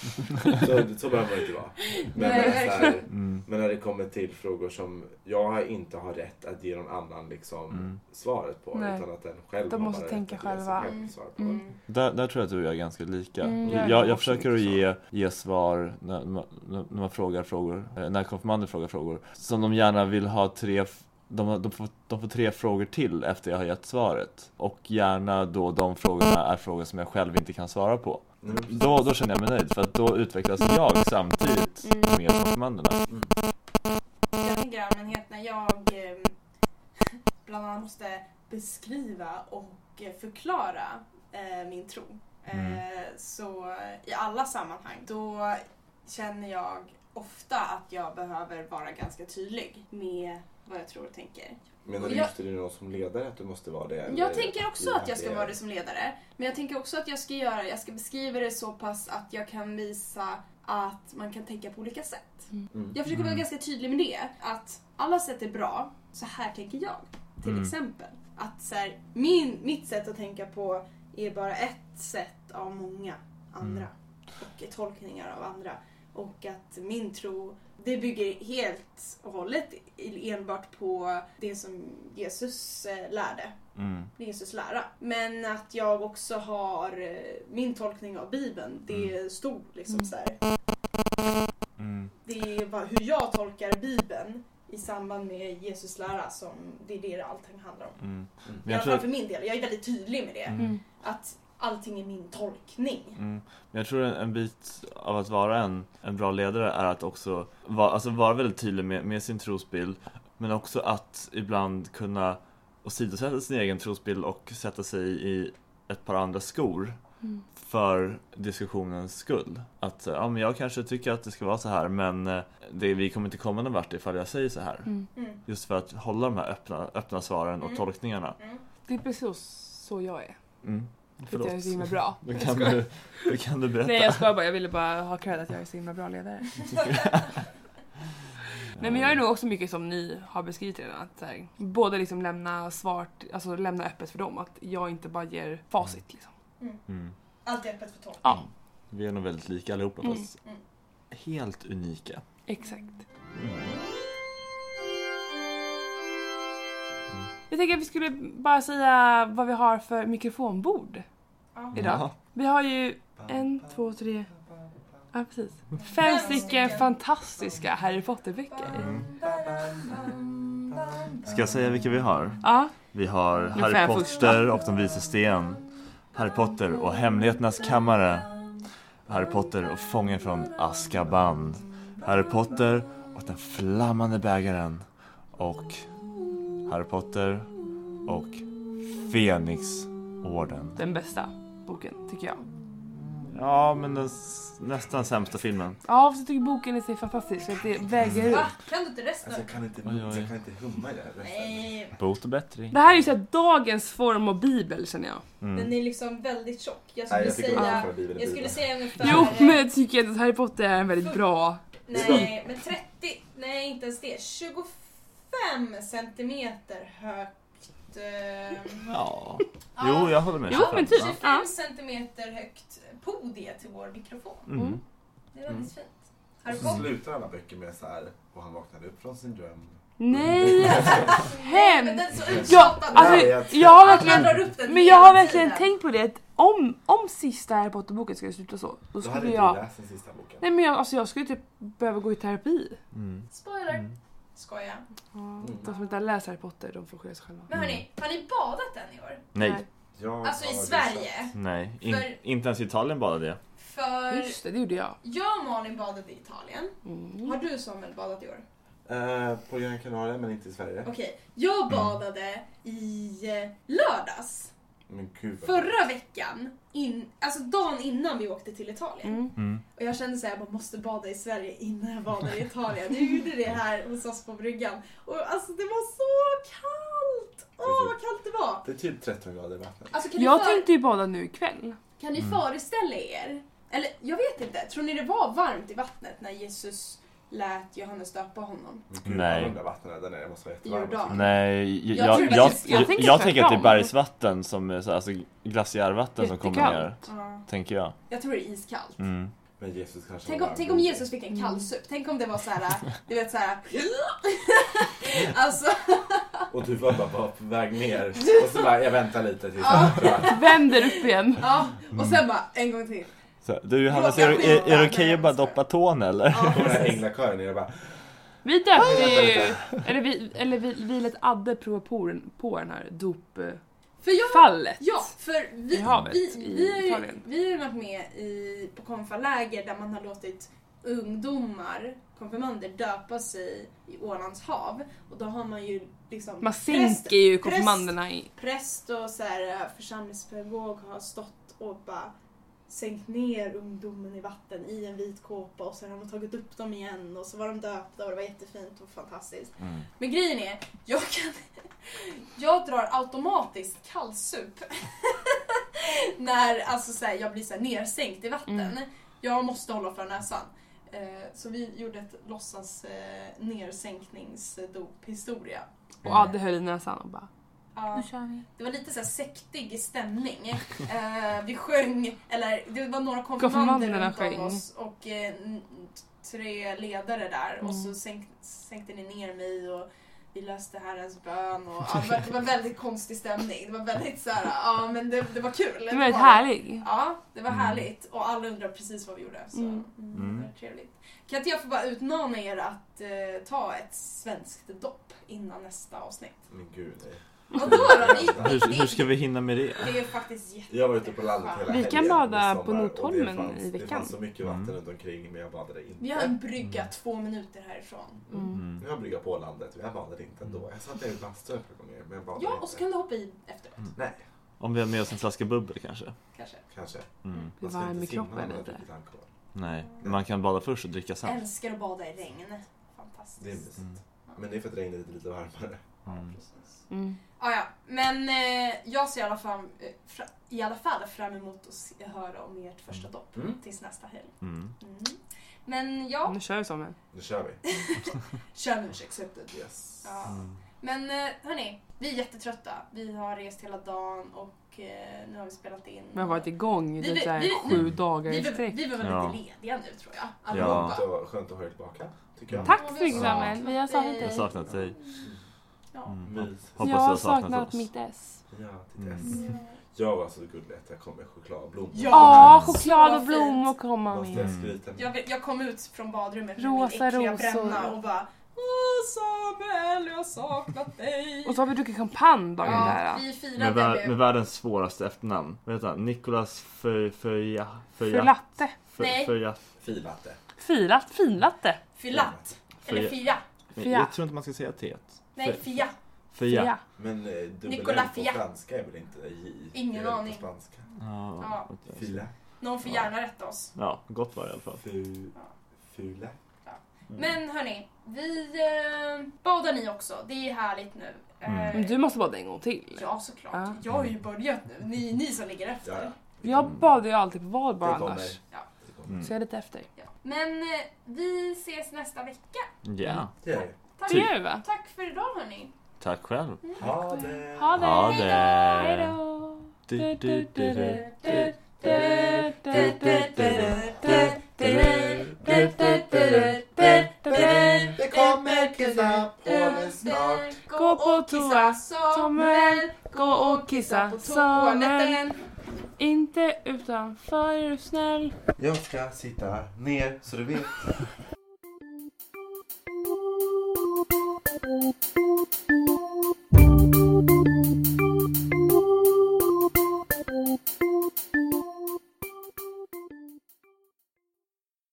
Speaker 3: så behöver man inte vara. Men när det kommer till frågor som jag inte har rätt att ge någon annan liksom svaret på.
Speaker 2: Nej.
Speaker 3: Utan att den själv
Speaker 2: De
Speaker 3: har
Speaker 2: måste
Speaker 3: bara
Speaker 2: tänka
Speaker 3: rätt att ge sig
Speaker 2: själva.
Speaker 3: själv svar på.
Speaker 1: Där tror jag att du är ganska lika. Jag försöker att ge svar när man frågar frågor, när konfirmander frågar frågor som de gärna vill ha de får 3 frågor till efter jag har gett svaret. Och gärna då de frågorna är frågor som jag själv inte kan svara på. Då känner jag mig nöjd, för att då utvecklas jag samtidigt med konfirmanderna.
Speaker 4: Jag tänker i allmänhet när jag bland annat måste beskriva och förklara min tro. Så i alla sammanhang då känner jag ofta att jag behöver vara ganska tydlig med vad jag tror och tänker.
Speaker 3: Menar du just det någon som ledare att du måste vara det?
Speaker 4: Jag tänker också att jag ska vara det som ledare. Men jag tänker också att jag ska beskriva det så pass att jag kan visa att man kan tänka på olika sätt. Jag försöker vara ganska tydlig med det. Att alla sätt är bra. Så här tänker jag. Till exempel. Att så här, mitt sätt att tänka på är bara ett sätt av många andra. Och tolkningar av andra. Och att min tro, det bygger helt och hållet enbart på det som Jesus lärde. Jesus lära. Men att jag också har min tolkning av Bibeln, det är stor liksom så här. Det är bara hur jag tolkar Bibeln i samband med Jesus lära som det är det allting handlar om. I alla fall för min del, jag är väldigt tydlig med det. Att allting är min tolkning.
Speaker 1: Men jag tror en bit av att vara en bra ledare är att också vara väldigt tydlig med sin trosbild. Men också att ibland kunna åsidosätta sin egen trosbild och sätta sig i ett par andra skor. För diskussionens skull. Att men jag kanske tycker att det ska vara så här, men vi kommer inte komma någon vart ifall jag säger så här. Just för att hålla de här öppna svaren och tolkningarna.
Speaker 2: Det är precis så jag är.
Speaker 1: Förlåt.
Speaker 2: Jag är så himla bra.
Speaker 1: Då kan du berätta.
Speaker 2: Nej, jag skojar bara. Jag ville bara ha cred att jag är så himla bra ledare. Nej, men jag är nog också mycket som ni har beskrivit redan. Att så här, både liksom lämna öppet för dem. Att jag inte bara ger facit liksom.
Speaker 4: Allt är öppet för tolkning.
Speaker 2: Ja.
Speaker 1: Vi är nog väldigt lika allihopa, fast helt unika.
Speaker 2: Exakt. Jag tänker att vi skulle bara säga vad vi har för mikrofonbord idag.
Speaker 1: Ja.
Speaker 2: Vi har ju 1, 2, 3... Ja, precis. 5 stycken fantastiska Harry Potter-böcker.
Speaker 1: Ska jag säga vilka vi har?
Speaker 2: Ja.
Speaker 1: Vi har
Speaker 2: De
Speaker 1: Harry
Speaker 2: 5
Speaker 1: Potter
Speaker 2: första.
Speaker 1: och de vice sten. Harry Potter och hemligheternas kammare. Harry Potter och fången från Azkaban. Harry Potter och den flammande bägaren. Och Harry Potter och Fenixorden.
Speaker 2: Den bästa boken, tycker jag.
Speaker 1: Ja, men den nästan sämsta filmen.
Speaker 2: Ja, för jag tycker boken är så fantastisk. För att det väger upp.
Speaker 4: Va? Kan du inte resten?
Speaker 3: Alltså jag kan inte humma i det här.
Speaker 4: Nej.
Speaker 1: Bot och bättring.
Speaker 2: Det här är ju så här dagens form av bibel, känner jag.
Speaker 4: Den är liksom väldigt tjock. Jag
Speaker 3: Nej,
Speaker 4: skulle
Speaker 3: jag tycker
Speaker 4: säga...
Speaker 3: också att Bibeln är
Speaker 4: Jag skulle
Speaker 3: Bibeln.
Speaker 4: säga ungefär...
Speaker 2: Jo, men jag tycker att Harry Potter är en väldigt bra...
Speaker 4: Nej, men 30... Nej, inte ens det. 25 centimeter högt.
Speaker 1: Ja. Jo, jag håller med.
Speaker 2: Jo, men typ.
Speaker 4: 25
Speaker 2: Ja.
Speaker 4: centimeter högt podie till vår mikrofon. Det är väldigt fint. Harry
Speaker 3: Så
Speaker 4: Potter.
Speaker 3: slutar alla böcker med så här, och han vaknade upp från sin dröm.
Speaker 2: Nej!
Speaker 4: Men
Speaker 2: Hem!
Speaker 4: den är så
Speaker 2: Ja,
Speaker 4: uttjatad.
Speaker 2: alltså, jag har
Speaker 4: Alla drar
Speaker 2: verkligen...
Speaker 4: upp den
Speaker 2: Men jag har
Speaker 4: hela
Speaker 2: verkligen
Speaker 4: tiden.
Speaker 2: tänkt på det att om sista Harry Potter-boken skulle sluta så, då
Speaker 3: Då hade
Speaker 2: skulle
Speaker 3: inte
Speaker 2: jag...
Speaker 3: du läst den sista boken.
Speaker 2: Nej, men jag skulle typ behöva gå i terapi.
Speaker 4: Spoiler. Skoja.
Speaker 2: De som inte har läst Harry Potter, de får skylla sig själva.
Speaker 4: Men hörni, har ni badat än i år?
Speaker 1: Nej.
Speaker 3: Jag
Speaker 4: Alltså i
Speaker 3: har
Speaker 4: Sverige.
Speaker 1: Nej.
Speaker 4: För-
Speaker 1: Inte ens i Italien bara det.
Speaker 4: För
Speaker 2: Just det gjorde jag.
Speaker 4: jag och Malin badade i Italien. Har du Samuel badat i år?
Speaker 3: på Gran Canaria, men inte i Sverige.
Speaker 4: Okej, jag badade i lördags.
Speaker 3: Men gud vad
Speaker 4: Förra veckan, alltså dagen innan vi åkte till Italien. Och jag kände så här, man måste bada i Sverige innan jag badade i Italien. Jag gjorde det här hos oss på bryggan. Och alltså det var så kallt! Åh, vad kallt det var!
Speaker 3: Det är typ 13 grader i vattnet.
Speaker 4: Alltså, kan
Speaker 2: Jag
Speaker 4: ni
Speaker 2: tänkte ju bada nu ikväll.
Speaker 4: Kan ni föreställa er? Eller jag vet inte, tror ni det var varmt i vattnet när Jesus lät Johannes döpa honom?
Speaker 3: Men gud,
Speaker 1: Nej.
Speaker 3: de där vattnen där nere måste vara jättevarmt.
Speaker 4: Jordan.
Speaker 1: Nej,
Speaker 4: Jag tror det var-
Speaker 2: jag tänker
Speaker 1: jag tänker att det är
Speaker 2: tvärtom.
Speaker 1: bergsvatten som är så, alltså glaciärvatten som kommer ner.
Speaker 2: Jättekallt.
Speaker 4: Ja.
Speaker 1: tänker jag.
Speaker 4: Jag tror det är iskallt.
Speaker 1: Mm.
Speaker 3: Men Jesus kanske
Speaker 4: Tänk om Jesus fick en kallsup. Tänk om det var så här, du vet så här. Alltså.
Speaker 3: Och du var bara på väg ner. Och så bara, jag väntar lite tills
Speaker 2: Vänder upp igen.
Speaker 4: Ja, och sen bara en gång till.
Speaker 1: Så, du Johannes, är det okej att bara doppa tån eller?
Speaker 4: Ja,
Speaker 3: Och den här
Speaker 4: precis.
Speaker 3: änglakören är bara...
Speaker 2: Vi döpte ju, eller vi lät Adde prova på den här dopfallet.
Speaker 4: För
Speaker 2: I havet i Italien.
Speaker 4: vi har ju varit med på konfaläger där man har låtit ungdomar, konfirmander, döpa sig i Ålands hav. Och då har man ju liksom...
Speaker 2: Man sänker ju konfirmanderna i.
Speaker 4: Präst och så här, församlingspedagog har stått och bara sänkt ner ungdomen i vatten i en vit kåpa och sen har de tagit upp dem igen och så var de döpta och det var jättefint och fantastiskt.
Speaker 1: Mm.
Speaker 4: Men grejen är, jag drar automatiskt kallsup när alltså, så här, jag blir så här, nersänkt i vatten. Jag måste hålla för näsan. Så vi gjorde ett låtsas nersänkningsdop-historia.
Speaker 2: Och Adde höll i näsan och bara,
Speaker 4: Ja.
Speaker 2: nu kör vi.
Speaker 4: Det var lite så här sektig stämning. Vi sjöng, eller det var några konfirmander runt om oss och 3 ledare där och så sänkte ni ner mig och vi läste Herrens bön och det var väldigt konstig stämning. Det var väldigt så här, ja men det var kul.
Speaker 2: Det var väldigt härligt.
Speaker 4: Ja, det var härligt och alla undrar precis vad vi gjorde så det var trevligt. Kan inte jag få bara utmana er att ta ett svenskt dopp innan nästa avsnitt?
Speaker 3: Men gud, nej.
Speaker 4: Vadå då?
Speaker 1: Hur ska vi hinna med det?
Speaker 4: Det är faktiskt jättebra.
Speaker 3: Jag var ute på landet hela
Speaker 2: Vi kan
Speaker 3: helgen
Speaker 2: bada
Speaker 3: i sommar,
Speaker 2: på Nordholmen
Speaker 3: och
Speaker 2: i
Speaker 3: Det
Speaker 2: veckan.
Speaker 3: fanns så mycket vatten runt omkring men jag badade inte.
Speaker 4: Vi har en brygga 2 minuter härifrån.
Speaker 3: Jag har brygga på landet men jag badade inte ändå. Jag satt där i bastu ett par gånger men jag badade
Speaker 4: Ja,
Speaker 3: inte.
Speaker 4: och så kan du hoppa i efteråt.
Speaker 3: Nej,
Speaker 1: Om vi har med oss en flaska bubbel kanske?
Speaker 3: kanske.
Speaker 1: Mm.
Speaker 2: Det
Speaker 3: Man ska
Speaker 2: varm
Speaker 3: inte
Speaker 2: i
Speaker 3: simma
Speaker 2: kroppen
Speaker 3: om man har
Speaker 2: lite.
Speaker 3: druckit alkohol.
Speaker 1: Nej, man kan bada först och dricka sen.
Speaker 4: Älskar att bada i regn.
Speaker 3: Det är
Speaker 4: Fantastiskt.
Speaker 3: mysigt. Men det är för att regnet är lite varmare.
Speaker 1: Mm.
Speaker 4: Precis. Ja, men jag ser i alla fall fram emot att höra om ert första dopp tills nästa helg. Men ja,
Speaker 2: Nu kör vi som en.
Speaker 3: Nu kör vi.
Speaker 4: challenge accepted.
Speaker 3: Yes.
Speaker 4: Ja. Men hörni, vi är jättetrötta. Vi har rest hela dagen och nu har vi spelat in.
Speaker 2: Vi har varit igång i typ
Speaker 4: vi-
Speaker 2: 7 dagar i sträck.
Speaker 4: Vi var väl
Speaker 1: Ja.
Speaker 4: lite lediga nu tror jag.
Speaker 1: Ja.
Speaker 4: Allihopa.
Speaker 3: Det var skönt att ha er tillbaka, tycker jag.
Speaker 2: Tack
Speaker 4: Ja,
Speaker 2: snyggt Samuel, vi har saknat
Speaker 1: Jag har
Speaker 2: dig.
Speaker 1: saknat dig.
Speaker 4: Ja.
Speaker 3: Mys.
Speaker 1: Hoppas
Speaker 2: Jag
Speaker 1: du
Speaker 2: har
Speaker 1: har saknat
Speaker 2: saknat
Speaker 1: oss.
Speaker 2: mitt S.
Speaker 3: Ja, till dess. Jag var så gullig att jag kom med chokladblommor.
Speaker 2: Ja,
Speaker 4: så
Speaker 2: choklad och
Speaker 4: fint.
Speaker 2: blommor kommer
Speaker 3: Måste
Speaker 2: med.
Speaker 3: jag skryta med.
Speaker 4: Jag kom ut från badrummet med
Speaker 2: Rosa
Speaker 4: min äckliga
Speaker 2: rosor.
Speaker 4: bränna och bara Samuel, jag har saknat dig.
Speaker 2: Och så har vi druckit champagne dagen där.
Speaker 4: Vi
Speaker 1: Med,
Speaker 4: firade
Speaker 1: med världens svåraste efternamn. Vad heter han? Nicolas
Speaker 2: För latte.
Speaker 4: Nej.
Speaker 3: Filatte.
Speaker 2: Finlatte.
Speaker 4: Filat. Eller fia.
Speaker 1: Jag tror inte man ska säga T.
Speaker 4: Nej, fia.
Speaker 1: Fia.
Speaker 3: Men dubbel
Speaker 4: Nicola
Speaker 3: L på
Speaker 4: Fia.
Speaker 3: franska är väl inte J?
Speaker 4: Ingen
Speaker 3: Det är
Speaker 4: aning.
Speaker 3: På spanska.
Speaker 1: Ja,
Speaker 3: Fila.
Speaker 4: Någon får gärna rätta oss.
Speaker 1: ja, gott var det i alla fall.
Speaker 3: Fula.
Speaker 4: Men hörni, vi badar ni också. Det är härligt nu.
Speaker 2: Men du måste bada en gång till.
Speaker 4: Ja, såklart.
Speaker 2: Ja.
Speaker 4: Jag har ju börjat nu. Ni som ligger
Speaker 3: Ja,
Speaker 4: efter.
Speaker 2: Jag badar ju alltid på valbar
Speaker 3: Det kommer.
Speaker 2: annars.
Speaker 4: Ja.
Speaker 3: Det kommer.
Speaker 2: Så jag är lite efter.
Speaker 4: Ja. Men vi ses nästa vecka.
Speaker 1: Ja,
Speaker 3: Det gör vi.
Speaker 4: Tack,
Speaker 2: Det gör vi va?
Speaker 4: tack för idag hörni.
Speaker 1: tack själv.
Speaker 3: Ha det.
Speaker 2: Ha det!
Speaker 1: Ha det!
Speaker 2: Hejdå!
Speaker 1: Du, du, du, du.
Speaker 3: Det kommer kissa på mig snart.
Speaker 2: Gå på toa, Samuel. Gå och kissa, Samuel. Inte utanför, är du snäll.
Speaker 3: Jag ska sitta ner så du vet.